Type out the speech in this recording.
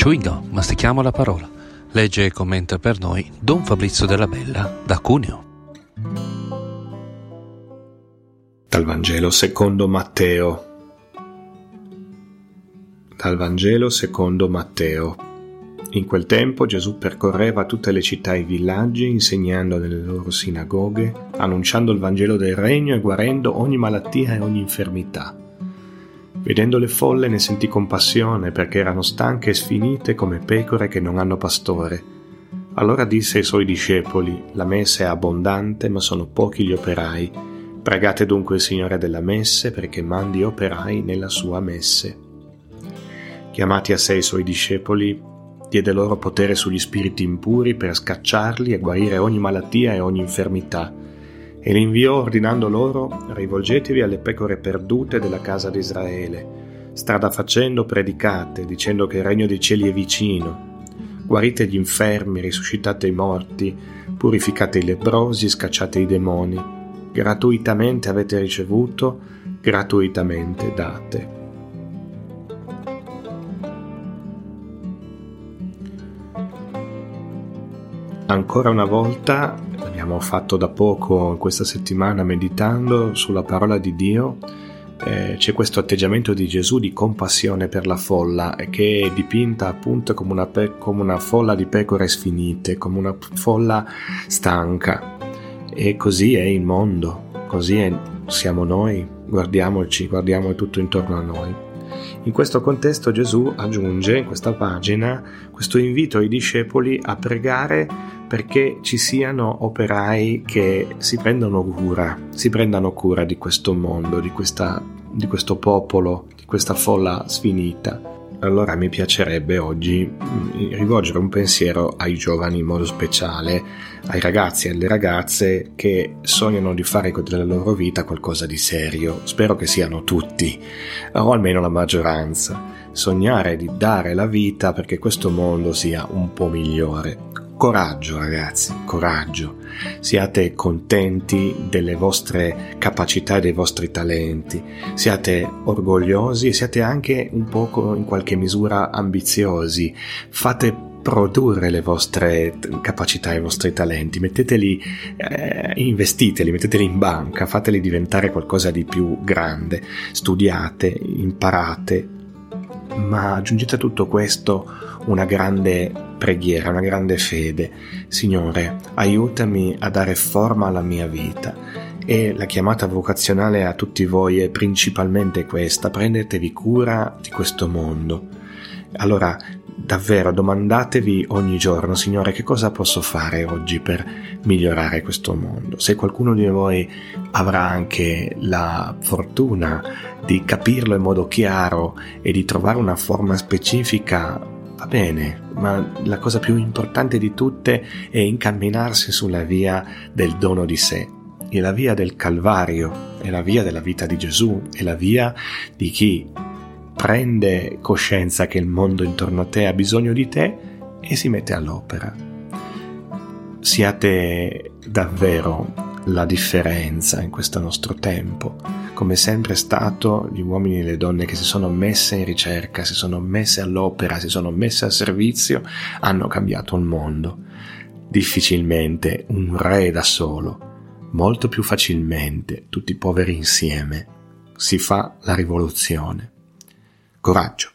Chewing-gum, mastichiamo la parola. Legge e commenta per noi Don Fabrizio Della Bella da Cuneo. Dal Vangelo secondo Matteo. Dal Vangelo secondo Matteo. In quel tempo Gesù percorreva tutte le città e i villaggi, insegnando nelle loro sinagoghe, annunciando il Vangelo del Regno e guarendo ogni malattia e ogni infermità. Vedendo le folle ne sentì compassione, perché erano stanche e sfinite come pecore che non hanno pastore. Allora disse ai suoi discepoli: la messe è abbondante, ma sono pochi gli operai. Pregate dunque il Signore della messe perché mandi operai nella sua messe. Chiamati a sé i suoi discepoli, diede loro potere sugli spiriti impuri per scacciarli e guarire ogni malattia e ogni infermità. E li inviò ordinando loro: rivolgetevi alle pecore perdute della casa di Israele. Strada facendo predicate, dicendo che il regno dei cieli è vicino. Guarite gli infermi, risuscitate i morti, purificate i lebbrosi, scacciate i demoni. Gratuitamente avete ricevuto, gratuitamente date. Ancora una volta, l'abbiamo fatto da poco questa settimana meditando sulla parola di Dio, c'è questo atteggiamento di Gesù di compassione per la folla, che è dipinta appunto come una folla di pecore sfinite, come una folla stanca. E così è il mondo, siamo noi, guardiamo tutto intorno a noi. In questo contesto Gesù aggiunge in questa pagina questo invito ai discepoli a pregare perché ci siano operai che si prendano cura di questo mondo, di questo popolo, di questa folla sfinita. Allora mi piacerebbe oggi rivolgere un pensiero ai giovani in modo speciale, ai ragazzi e alle ragazze che sognano di fare della loro vita qualcosa di serio. Spero che siano tutti, o almeno la maggioranza. Sognare di dare la vita perché questo mondo sia un po' migliore. Coraggio ragazzi, coraggio. Siate contenti delle vostre capacità e dei vostri talenti. Siate orgogliosi e siate anche un poco in qualche misura ambiziosi. Fate produrre le vostre capacità e i vostri talenti. Metteteli, investiteli, metteteli in banca, fateli diventare qualcosa di più grande. Studiate, imparate, ma aggiungete a tutto questo una grande preghiera, una grande fede. Signore, aiutami a dare forma alla mia vita. E la chiamata vocazionale a tutti voi è principalmente questa: prendetevi cura di questo mondo. Allora, davvero domandatevi ogni giorno: Signore, che cosa posso fare oggi per migliorare questo mondo? Se qualcuno di voi avrà anche la fortuna di capirlo in modo chiaro e di trovare una forma specifica, va bene, ma la cosa più importante di tutte è incamminarsi sulla via del dono di sé. E la via del Calvario è la via della vita di Gesù, è la via di chi prende coscienza che il mondo intorno a te ha bisogno di te e si mette all'opera. Siate davvero la differenza in questo nostro tempo, come sempre è stato gli uomini e le donne che si sono messe in ricerca, si sono messe all'opera, si sono messe al servizio, hanno cambiato il mondo. Difficilmente un re da solo, molto più facilmente tutti poveri insieme, si fa la rivoluzione. Coraggio!